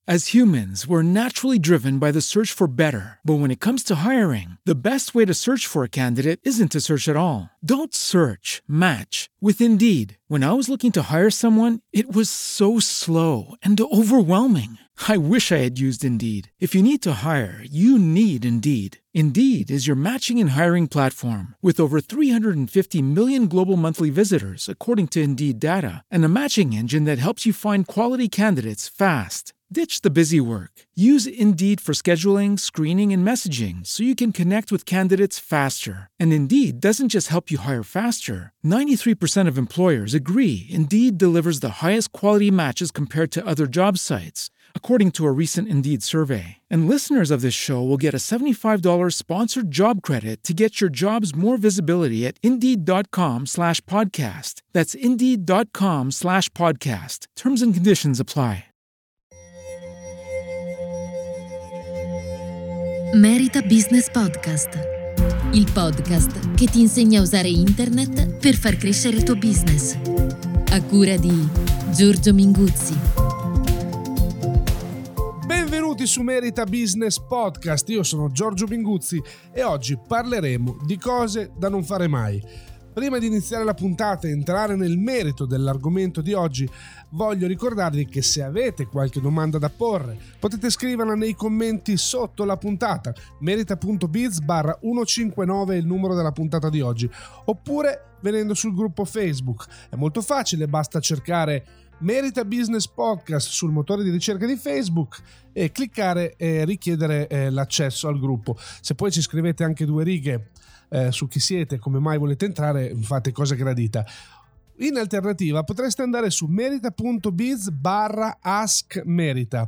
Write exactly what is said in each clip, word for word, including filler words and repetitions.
As humans, we're naturally driven by the search for better. But when it comes to hiring, the best way to search for a candidate isn't to search at all. Don't search, match with Indeed. When I was looking to hire someone, it was so slow and overwhelming. I wish I had used Indeed. If you need to hire, you need Indeed. Indeed is your matching and hiring platform with over three hundred fifty million global monthly visitors, according to Indeed data, and a matching engine that helps you find quality candidates fast. Ditch the busy work. Use Indeed for scheduling, screening, and messaging so you can connect with candidates faster. And Indeed doesn't just help you hire faster. ninety-three percent of employers agree Indeed delivers the highest quality matches compared to other job sites, according to a recent Indeed survey. And listeners of this show will get a seventy-five dollars sponsored job credit to get your jobs more visibility at Indeed.com slash podcast. That's Indeed.com slash podcast. Terms and conditions apply. Merita Business Podcast, il podcast che ti insegna a usare internet per far crescere il tuo business. A cura di Giorgio Minguzzi. Benvenuti su Merita Business Podcast, io sono Giorgio Minguzzi e oggi parleremo di cose da non fare mai. Prima di iniziare la puntata e entrare nel merito dell'argomento di oggi, voglio ricordarvi che se avete qualche domanda da porre, potete scriverla nei commenti sotto la puntata. Merita.biz barra centocinquantanove è il numero della puntata di oggi, oppure venendo sul gruppo Facebook. È molto facile, basta cercare Merita Business Podcast sul motore di ricerca di Facebook e cliccare e richiedere eh, l'accesso al gruppo. Se poi ci scrivete anche due righe eh, su chi siete, come mai volete entrare, fate cosa gradita. In alternativa potreste andare su merita.biz barra ask merita,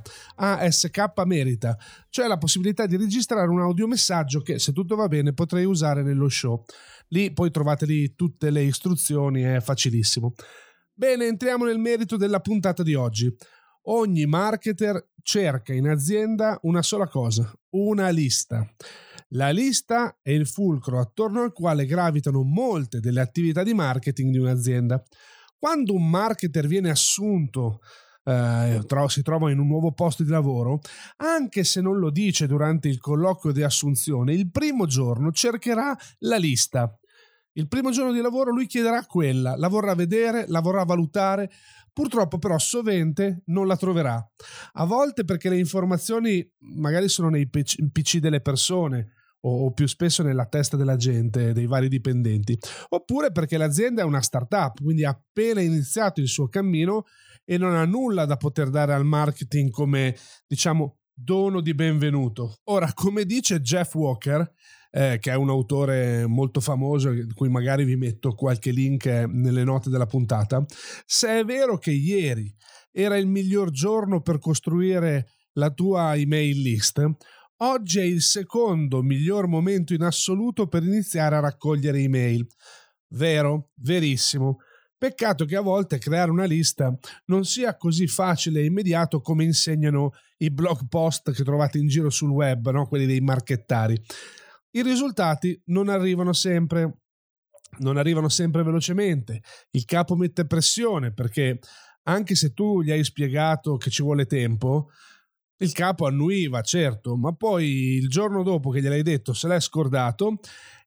ask merita, cioè la possibilità di registrare un audiomessaggio che, se tutto va bene, potrei usare nello show. Lì poi trovate lì tutte le istruzioni, è facilissimo. Bene, entriamo nel merito della puntata di oggi. Ogni marketer cerca in azienda una sola cosa, una lista. La lista è il fulcro attorno al quale gravitano molte delle attività di marketing di un'azienda. Quando un marketer viene assunto, eh, si trova in un nuovo posto di lavoro, anche se non lo dice durante il colloquio di assunzione, il primo giorno cercherà la lista. Il primo giorno di lavoro lui chiederà quella, la vorrà vedere, la vorrà valutare, purtroppo però sovente non la troverà. A volte perché le informazioni magari sono nei P C delle persone o più spesso nella testa della gente, dei vari dipendenti, oppure perché l'azienda è una startup, quindi ha appena iniziato il suo cammino e non ha nulla da poter dare al marketing come, diciamo, dono di benvenuto. Ora, come dice Jeff Walker, Eh, che è un autore molto famoso, di cui magari vi metto qualche link nelle note della puntata, se è vero che ieri era il miglior giorno per costruire la tua email list, oggi è il secondo miglior momento in assoluto per iniziare a raccogliere email. Vero? Verissimo. Peccato che a volte creare una lista non sia così facile e immediato come insegnano i blog post che trovate in giro sul web, no? Quelli dei marchettari. I risultati non arrivano sempre, non arrivano sempre velocemente. Il capo mette pressione perché anche se tu gli hai spiegato che ci vuole tempo, il capo annuiva, certo, ma poi il giorno dopo che gliel'hai detto se l'è scordato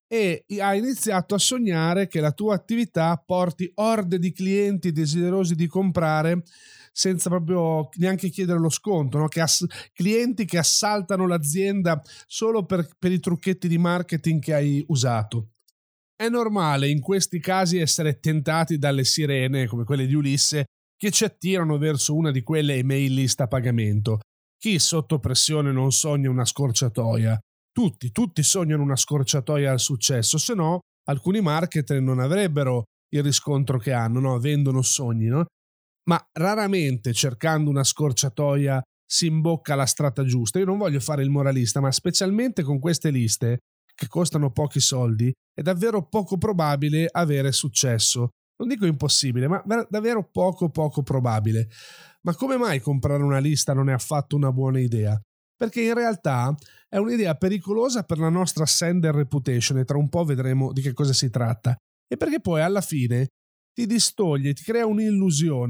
e ha iniziato a sognare che la tua attività porti orde di clienti desiderosi di comprare senza proprio neanche chiedere lo sconto, no? Che ass- clienti che assaltano l'azienda solo per, per i trucchetti di marketing che hai usato. È normale in questi casi essere tentati dalle sirene, come quelle di Ulisse, che ci attirano verso una di quelle email list a pagamento. Chi sotto pressione non sogna una scorciatoia? Tutti, tutti sognano una scorciatoia al successo, se no alcuni marketer non avrebbero il riscontro che hanno, no? Vendono sogni, no? Ma raramente cercando una scorciatoia si imbocca la strada giusta. Io non voglio fare il moralista, ma specialmente con queste liste che costano pochi soldi è davvero poco probabile avere successo. Non dico impossibile, ma davvero poco poco probabile. Ma come mai comprare una lista non è affatto una buona idea? Perché in realtà è un'idea pericolosa per la nostra sender reputation e tra un po' vedremo di che cosa si tratta. E perché poi alla fine ti distoglie, ti crea un'illusione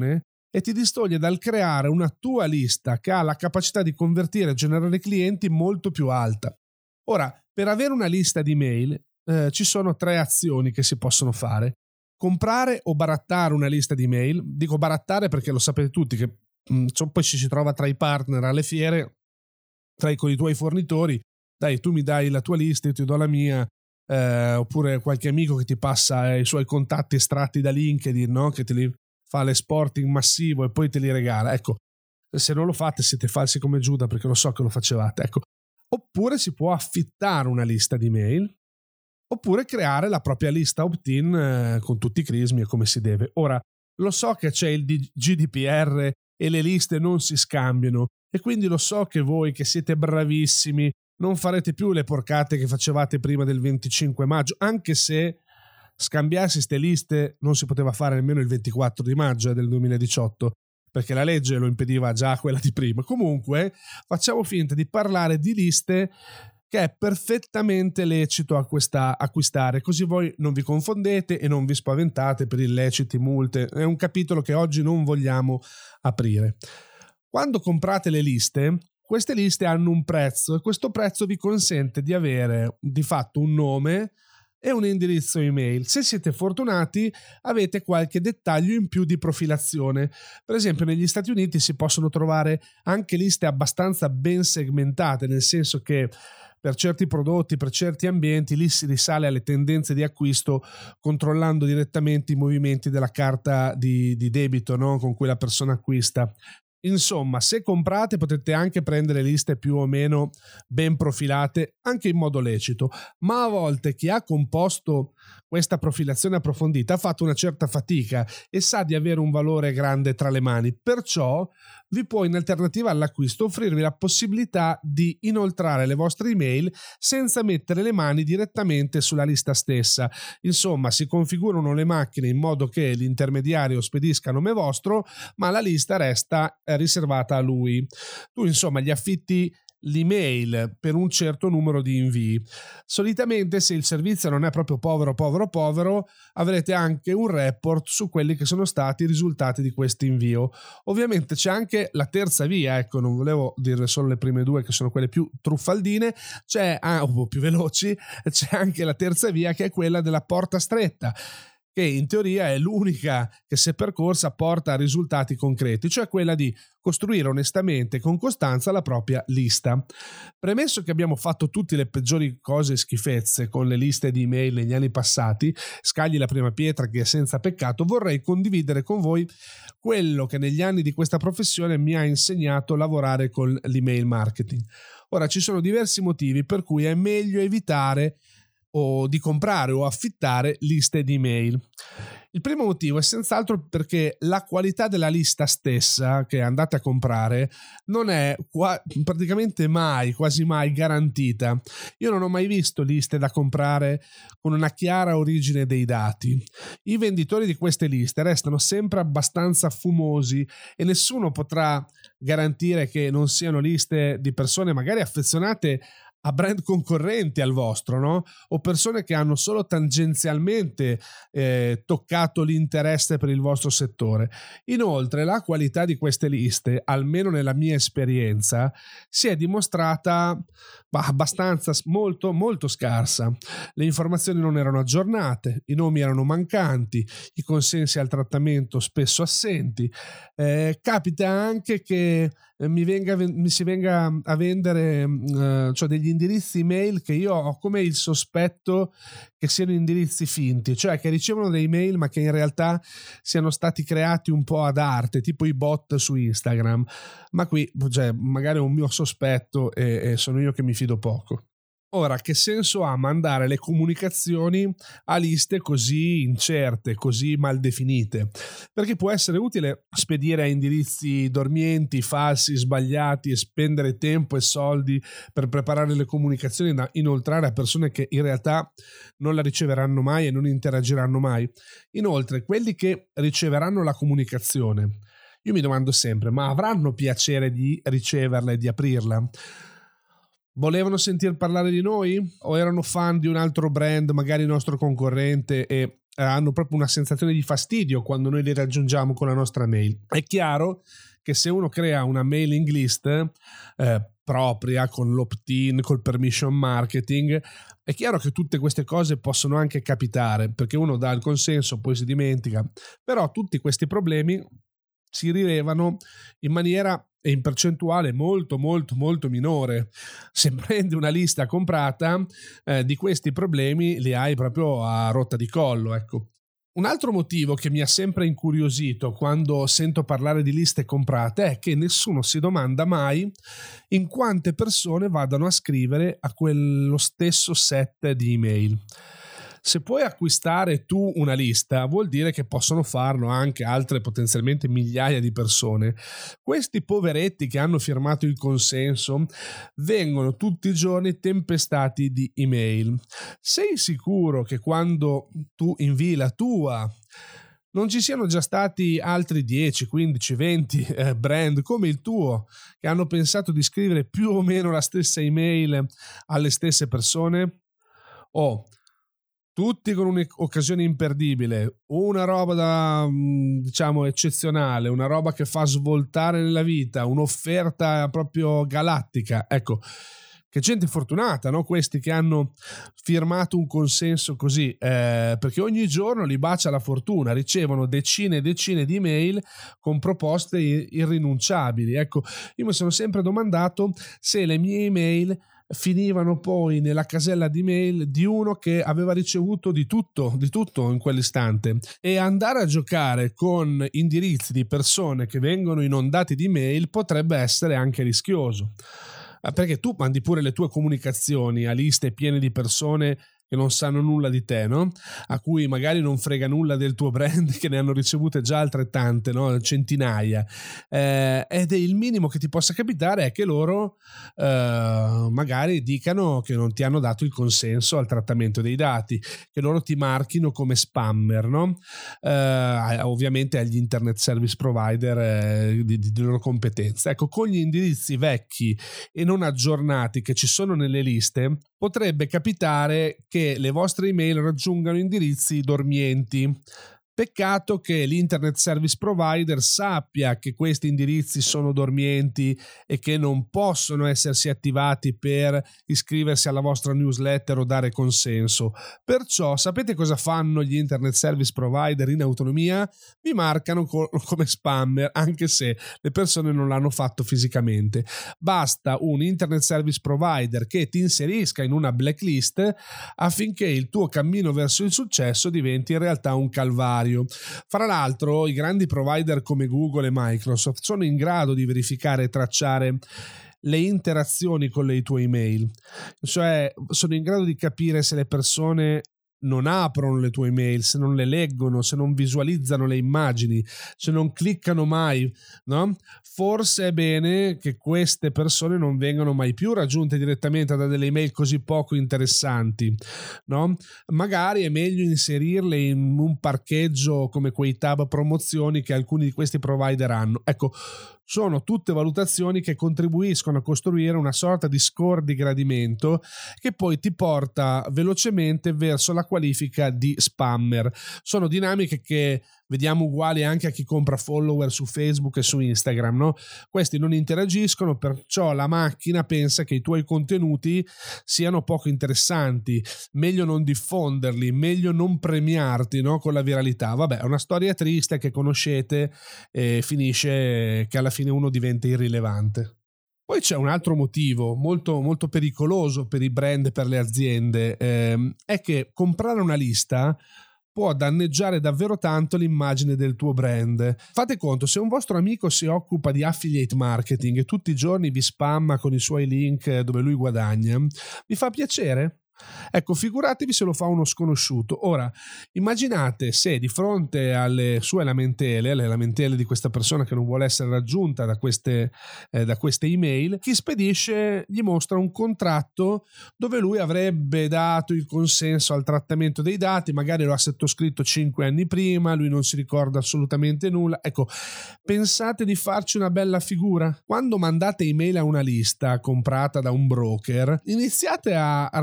e ti distoglie dal creare una tua lista che ha la capacità di convertire e generare clienti molto più alta. Ora, per avere una lista di email eh, ci sono tre azioni che si possono fare: comprare o barattare una lista di email. Dico barattare perché lo sapete tutti che mh, poi ci si trova tra i partner alle fiere, tra i, con i tuoi fornitori. Dai, tu mi dai la tua lista, io ti do la mia, eh, oppure qualche amico che ti passa i suoi contatti estratti da LinkedIn, no? Che te li fa l'esporting massivo e poi te li regala. Ecco, se non lo fate siete falsi come Giuda, perché lo so che lo facevate. Ecco, oppure si può affittare una lista di mail, oppure creare la propria lista opt-in eh, con tutti i crismi e come si deve. Ora, lo so che c'è il G D P R e le liste non si scambiano, e quindi lo so che voi che siete bravissimi non farete più le porcate che facevate prima del venticinque maggio, anche se scambiarsi ste liste non si poteva fare nemmeno il ventiquattro di maggio del duemiladiciotto, perché la legge lo impediva già quella di prima. Comunque facciamo finta di parlare di liste che è perfettamente lecito acquista- acquistare, così voi non vi confondete e non vi spaventate per illeciti, multe. È un capitolo che oggi non vogliamo aprire. Quando comprate le liste, queste liste hanno un prezzo e questo prezzo vi consente di avere di fatto un nome e un indirizzo email. Se siete fortunati avete qualche dettaglio in più di profilazione. Per esempio negli Stati Uniti si possono trovare anche liste abbastanza ben segmentate, nel senso che per certi prodotti, per certi ambienti, lì si risale alle tendenze di acquisto controllando direttamente i movimenti della carta di, di debito, no? Con cui la persona acquista. Insomma, se comprate potete anche prendere liste più o meno ben profilate, anche in modo lecito, ma a volte chi ha composto questa profilazione approfondita ha fatto una certa fatica e sa di avere un valore grande tra le mani, perciò vi può, in alternativa all'acquisto, offrirvi la possibilità di inoltrare le vostre email senza mettere le mani direttamente sulla lista stessa. Insomma, si configurano le macchine in modo che l'intermediario spedisca a nome vostro, ma la lista resta riservata a lui. Tu insomma gli affitti l'email per un certo numero di invii. Solitamente, se il servizio non è proprio povero povero povero, avrete anche un report su quelli che sono stati i risultati di questo invio. Ovviamente c'è anche la terza via, ecco, non volevo dire solo le prime due che sono quelle più truffaldine, c'è ah, o più veloci, c'è anche la terza via che è quella della porta stretta, che in teoria è l'unica che, se percorsa, porta a risultati concreti, cioè quella di costruire onestamente e con costanza la propria lista. Premesso che abbiamo fatto tutte le peggiori cose e schifezze con le liste di email negli anni passati, scagli la prima pietra che è senza peccato, vorrei condividere con voi quello che negli anni di questa professione mi ha insegnato a lavorare con l'email marketing. Ora, ci sono diversi motivi per cui è meglio evitare o di comprare o affittare liste di email. Il primo motivo è senz'altro perché la qualità della lista stessa che andate a comprare non è qua, praticamente mai, quasi mai garantita. Io non ho mai visto liste da comprare con una chiara origine dei dati. I venditori di queste liste restano sempre abbastanza fumosi e nessuno potrà garantire che non siano liste di persone magari affezionate a brand concorrenti al vostro, no? O persone che hanno solo tangenzialmente eh, toccato l'interesse per il vostro settore. Inoltre, la qualità di queste liste, almeno nella mia esperienza, si è dimostrata bah, abbastanza molto molto scarsa. Le informazioni non erano aggiornate, i nomi erano mancanti, i consensi al trattamento spesso assenti. Eh, capita anche che mi, venga, mi si venga a vendere uh, cioè degli indirizzi email che io ho come il sospetto che siano indirizzi finti, cioè che ricevono dei mail ma che in realtà siano stati creati un po' ad arte, tipo i bot su Instagram. Ma qui cioè, magari è un mio sospetto e, e sono io che mi fido poco. Ora, che senso ha mandare le comunicazioni a liste così incerte, così mal definite? Perché può essere utile spedire a indirizzi dormienti, falsi, sbagliati e spendere tempo e soldi per preparare le comunicazioni da inoltrare a persone che in realtà non la riceveranno mai e non interagiranno mai. Inoltre, quelli che riceveranno la comunicazione, io mi domando sempre, ma avranno piacere di riceverla e di aprirla? Volevano sentir parlare di noi? O erano fan di un altro brand, magari nostro concorrente, e hanno proprio una sensazione di fastidio quando noi li raggiungiamo con la nostra mail. È chiaro che se uno crea una mailing list eh, propria, con l'opt-in, col permission marketing, è chiaro che tutte queste cose possono anche capitare, perché uno dà il consenso, poi si dimentica, però tutti questi problemi si rilevano in maniera e in percentuale molto molto molto minore. Se prendi una lista comprata, eh, di questi problemi li hai proprio a rotta di collo, ecco. Un altro motivo che mi ha sempre incuriosito quando sento parlare di liste comprate è che nessuno si domanda mai in quante persone vadano a scrivere a quello stesso set di email. Se puoi acquistare tu una lista, vuol dire che possono farlo anche altre potenzialmente migliaia di persone. Questi poveretti che hanno firmato il consenso vengono tutti i giorni tempestati di email. Sei sicuro che quando tu invii la tua non ci siano già stati altri dieci, quindici, venti eh, brand come il tuo che hanno pensato di scrivere più o meno la stessa email alle stesse persone? O tutti con un'occasione imperdibile, una roba da, diciamo, eccezionale, una roba che fa svoltare nella vita, un'offerta proprio galattica. Ecco, che gente fortunata, no? Questi che hanno firmato un consenso così, eh, perché ogni giorno li bacia la fortuna, ricevono decine e decine di email con proposte irrinunciabili. Ecco, io mi sono sempre domandato se le mie email finivano poi nella casella di mail di uno che aveva ricevuto di tutto, di tutto in quell'istante, e andare a giocare con indirizzi di persone che vengono inondati di mail potrebbe essere anche rischioso, perché tu mandi pure le tue comunicazioni a liste piene di persone che non sanno nulla di te, no? A cui magari non frega nulla del tuo brand, che ne hanno ricevute già altrettante, no? Centinaia, eh, ed è il minimo che ti possa capitare è che loro eh, magari dicano che non ti hanno dato il consenso al trattamento dei dati, che loro ti marchino come spammer, no? Eh, ovviamente agli internet service provider eh, di, di loro competenza. Ecco, con gli indirizzi vecchi e non aggiornati che ci sono nelle liste potrebbe capitare che le vostre email raggiungano indirizzi dormienti. Peccato che l'internet service provider sappia che questi indirizzi sono dormienti e che non possono essersi attivati per iscriversi alla vostra newsletter o dare consenso. Perciò sapete cosa fanno gli internet service provider in autonomia? Vi marcano co- come spammer, anche se le persone non l'hanno fatto fisicamente. Basta un internet service provider che ti inserisca in una blacklist affinché il tuo cammino verso il successo diventi in realtà un calvario. Fra l'altro, i grandi provider come Google e Microsoft sono in grado di verificare e tracciare le interazioni con le tue email, cioè sono in grado di capire se le persone non aprono le tue email, se non le leggono, se non visualizzano le immagini, se non cliccano mai, no? Forse è bene che queste persone non vengano mai più raggiunte direttamente da delle email così poco interessanti, no? Magari è meglio inserirle in un parcheggio come quei tab promozioni che alcuni di questi provider hanno. Ecco, sono tutte valutazioni che contribuiscono a costruire una sorta di score di gradimento che poi ti porta velocemente verso la qualifica di spammer. Sono dinamiche che vediamo uguali anche a chi compra follower su Facebook e su Instagram, no? Questi non interagiscono, perciò la macchina pensa che i tuoi contenuti siano poco interessanti, meglio non diffonderli, meglio non premiarti, no? Con la viralità. Vabbè, è una storia triste che conoscete e finisce che alla fine uno diventa irrilevante. Poi c'è un altro motivo molto, molto pericoloso per i brand e per le aziende, ehm, è che comprare una lista può danneggiare davvero tanto l'immagine del tuo brand. Fate conto, se un vostro amico si occupa di affiliate marketing e tutti i giorni vi spamma con i suoi link dove lui guadagna, vi fa piacere? Ecco, figuratevi se lo fa uno sconosciuto. Ora, immaginate se di fronte alle sue lamentele, alle lamentele di questa persona che non vuole essere raggiunta da queste, eh, da queste email, chi spedisce gli mostra un contratto dove lui avrebbe dato il consenso al trattamento dei dati, magari lo ha sottoscritto cinque anni prima, lui non si ricorda assolutamente nulla. Ecco, pensate di farci una bella figura? Quando mandate email a una lista comprata da un broker, iniziate a raggiungere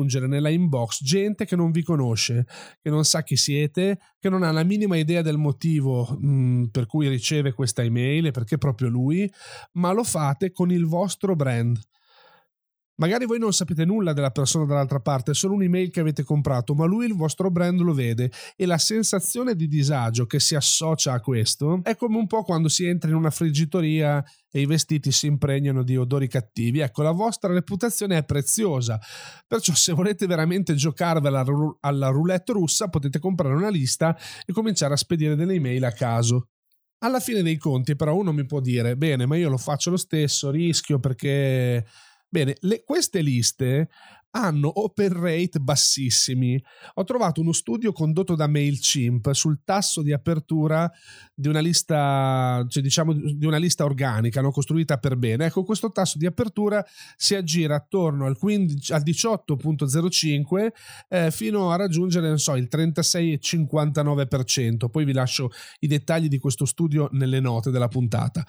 raggiungere nella inbox gente che non vi conosce, che non sa chi siete, che non ha la minima idea del motivo mh, per cui riceve questa email e perché proprio lui, ma lo fate con il vostro brand. Magari voi non sapete nulla della persona dall'altra parte, è solo un'email che avete comprato, ma lui il vostro brand lo vede, e la sensazione di disagio che si associa a questo è come un po' quando si entra in una friggitoria e i vestiti si impregnano di odori cattivi. Ecco, la vostra reputazione è preziosa, perciò se volete veramente giocarvela alla roulette russa potete comprare una lista e cominciare a spedire delle email a caso. Alla fine dei conti però uno mi può dire, bene, ma io lo faccio lo stesso, rischio perché... Bene, le, queste liste hanno open rate bassissimi. Ho trovato uno studio condotto da MailChimp sul tasso di apertura di una lista, cioè diciamo di una lista organica, no? Costruita per bene. Ecco, questo tasso di apertura si aggira attorno al, quindici, al diciotto virgola zero cinque eh, fino a raggiungere, non so, il trentasei virgola cinquantanove per cento. Poi vi lascio i dettagli di questo studio nelle note della puntata.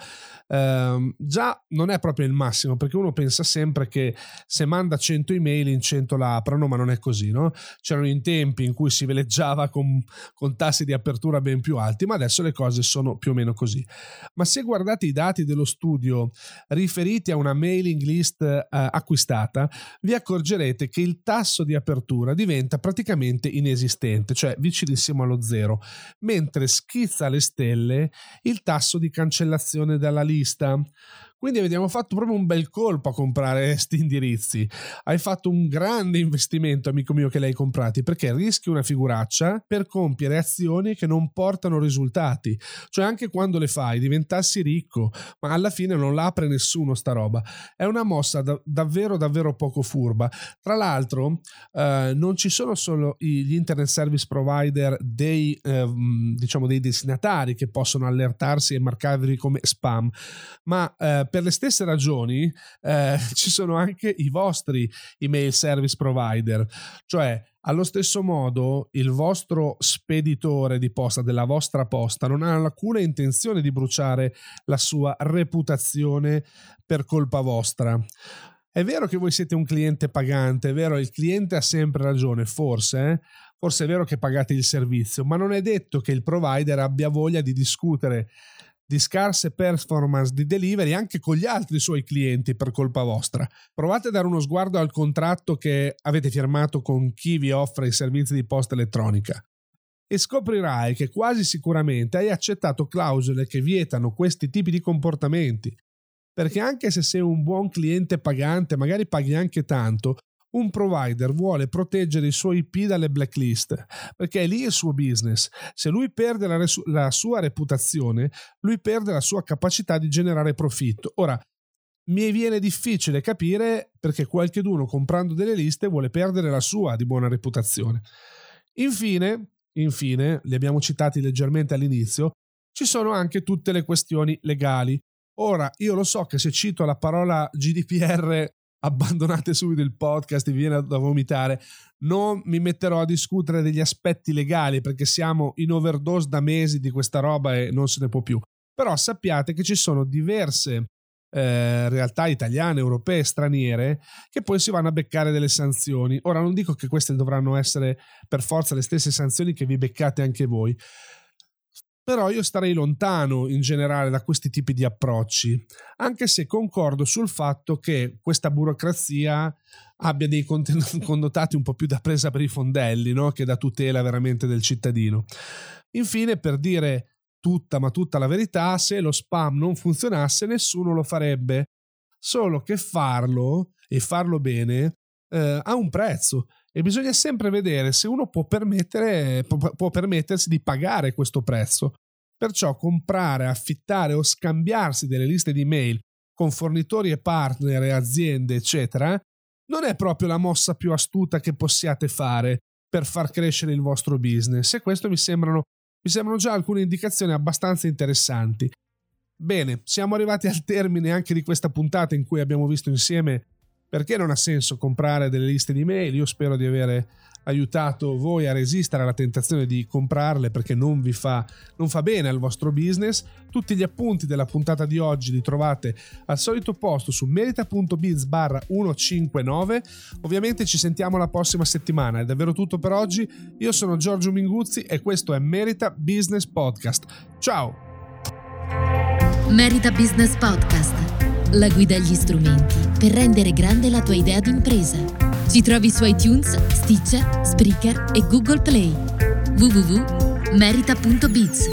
Eh, già non è proprio il massimo, perché uno pensa sempre che se manda cento email in cento la aprono, ma non è così, no? C'erano in tempi in cui si veleggiava con, con tassi di apertura ben più alti, ma adesso le cose sono più o meno così. Ma se guardate i dati dello studio riferiti a una mailing list eh, acquistata, vi accorgerete che il tasso di apertura diventa praticamente inesistente, cioè vicinissimo allo zero, mentre schizza alle stelle il tasso di cancellazione dalla lista. Quindi abbiamo fatto proprio un bel colpo a comprare questi indirizzi. Hai fatto un grande investimento, amico mio, che li hai comprati, perché rischi una figuraccia per compiere azioni che non portano risultati. Cioè anche quando le fai diventassi ricco, ma alla fine non la apre nessuno sta roba. È una mossa da- davvero davvero poco furba. Tra l'altro eh, non ci sono solo gli internet service provider dei, eh, diciamo dei destinatari che possono allertarsi e marcarvi come spam, ma eh, per le stesse ragioni eh, ci sono anche i vostri email service provider, cioè allo stesso modo il vostro speditore di posta della vostra posta non ha alcuna intenzione di bruciare la sua reputazione per colpa vostra. È vero che voi siete un cliente pagante, è vero, il cliente ha sempre ragione, forse, eh? Forse è vero che pagate il servizio, ma non è detto che il provider abbia voglia di discutere di scarse performance di delivery anche con gli altri suoi clienti per colpa vostra. Provate a dare uno sguardo al contratto che avete firmato con chi vi offre i servizi di posta elettronica e scoprirai che quasi sicuramente hai accettato clausole che vietano questi tipi di comportamenti, perché anche se sei un buon cliente pagante, magari paghi anche tanto, un provider vuole proteggere i suoi I P dalle blacklist, perché è lì il suo business. Se lui perde la, resu- la sua reputazione, lui perde la sua capacità di generare profitto. Ora, mi viene difficile capire perché qualcheduno comprando delle liste vuole perdere la sua di buona reputazione. Infine, infine, li abbiamo citati leggermente all'inizio, ci sono anche tutte le questioni legali. Ora, io lo so che se cito la parola G D P R abbandonate subito il podcast e vi viene da vomitare. Non mi metterò a discutere degli aspetti legali perché siamo in overdose da mesi di questa roba e non se ne può più. Però sappiate che ci sono diverse eh, realtà italiane, europee, straniere che poi si vanno a beccare delle sanzioni. Ora non dico che queste dovranno essere per forza le stesse sanzioni che vi beccate anche voi, però io starei lontano in generale da questi tipi di approcci, anche se concordo sul fatto che questa burocrazia abbia dei connotati un po' più da presa per i fondelli, no? Che da tutela veramente del cittadino. Infine, per dire tutta ma tutta la verità, se lo spam non funzionasse nessuno lo farebbe, solo che farlo e farlo bene eh, ha un prezzo. E bisogna sempre vedere se uno può permettere può, può permettersi di pagare questo prezzo. Perciò comprare, affittare o scambiarsi delle liste di mail con fornitori e partner e aziende eccetera non è proprio la mossa più astuta che possiate fare per far crescere il vostro business, e questo mi sembrano mi sembrano già alcune indicazioni abbastanza interessanti. Bene, siamo arrivati al termine anche di questa puntata in cui abbiamo visto insieme perché non ha senso comprare delle liste di mail. Io spero di avere aiutato voi a resistere alla tentazione di comprarle, perché non vi fa, non fa bene al vostro business. Tutti gli appunti della puntata di oggi li trovate al solito posto su merita punto biz barra centocinquantanove. Ovviamente ci sentiamo la prossima settimana. È davvero tutto per oggi. Io sono Giorgio Minguzzi e questo è Merita Business Podcast. Ciao! Merita Business Podcast, la guida agli strumenti per rendere grande la tua idea d'impresa. Ci trovi su iTunes, Stitcher, Spreaker e Google Play. w w w punto merita punto biz.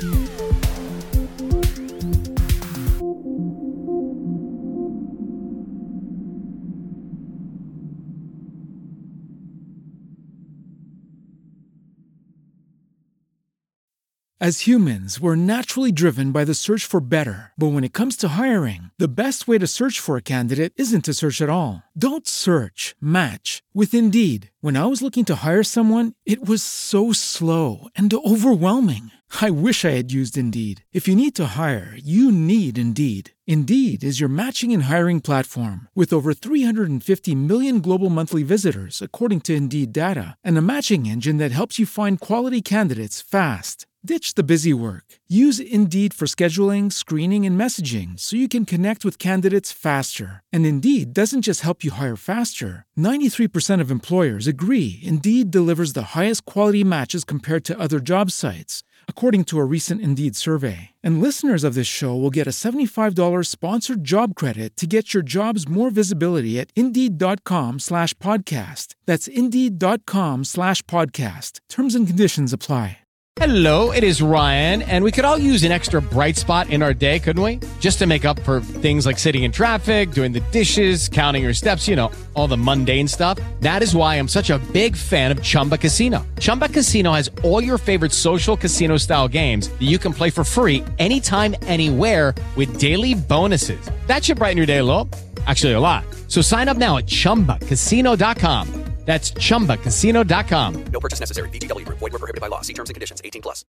As humans, we're naturally driven by the search for better. But when it comes to hiring, the best way to search for a candidate isn't to search at all. Don't search, match with Indeed. When I was looking to hire someone, it was so slow and overwhelming. I wish I had used Indeed. If you need to hire, you need Indeed. Indeed is your matching and hiring platform with over three hundred fifty million global monthly visitors, according to Indeed data, and a matching engine that helps you find quality candidates fast. Ditch the busy work. Use Indeed for scheduling, screening, and messaging so you can connect with candidates faster. And Indeed doesn't just help you hire faster. ninety-three percent of employers agree Indeed delivers the highest quality matches compared to other job sites, according to a recent Indeed survey. And listeners of this show will get a seventy-five dollars sponsored job credit to get your jobs more visibility at Indeed.com slash podcast. That's Indeed.com slash podcast. Terms and conditions apply. Hello, it is Ryan, and we could all use an extra bright spot in our day, couldn't we? Just to make up for things like sitting in traffic, doing the dishes, counting your steps, you know, all the mundane stuff. That is why I'm such a big fan of Chumba Casino. Chumba Casino has all your favorite social casino-style games that you can play for free anytime, anywhere with daily bonuses. That should brighten your day a little. Actually, a lot. So sign up now at chumba casino dot com. That's chumba casino dot com. No purchase necessary. V G W Group. Void where prohibited by law. See terms and conditions. eighteen plus.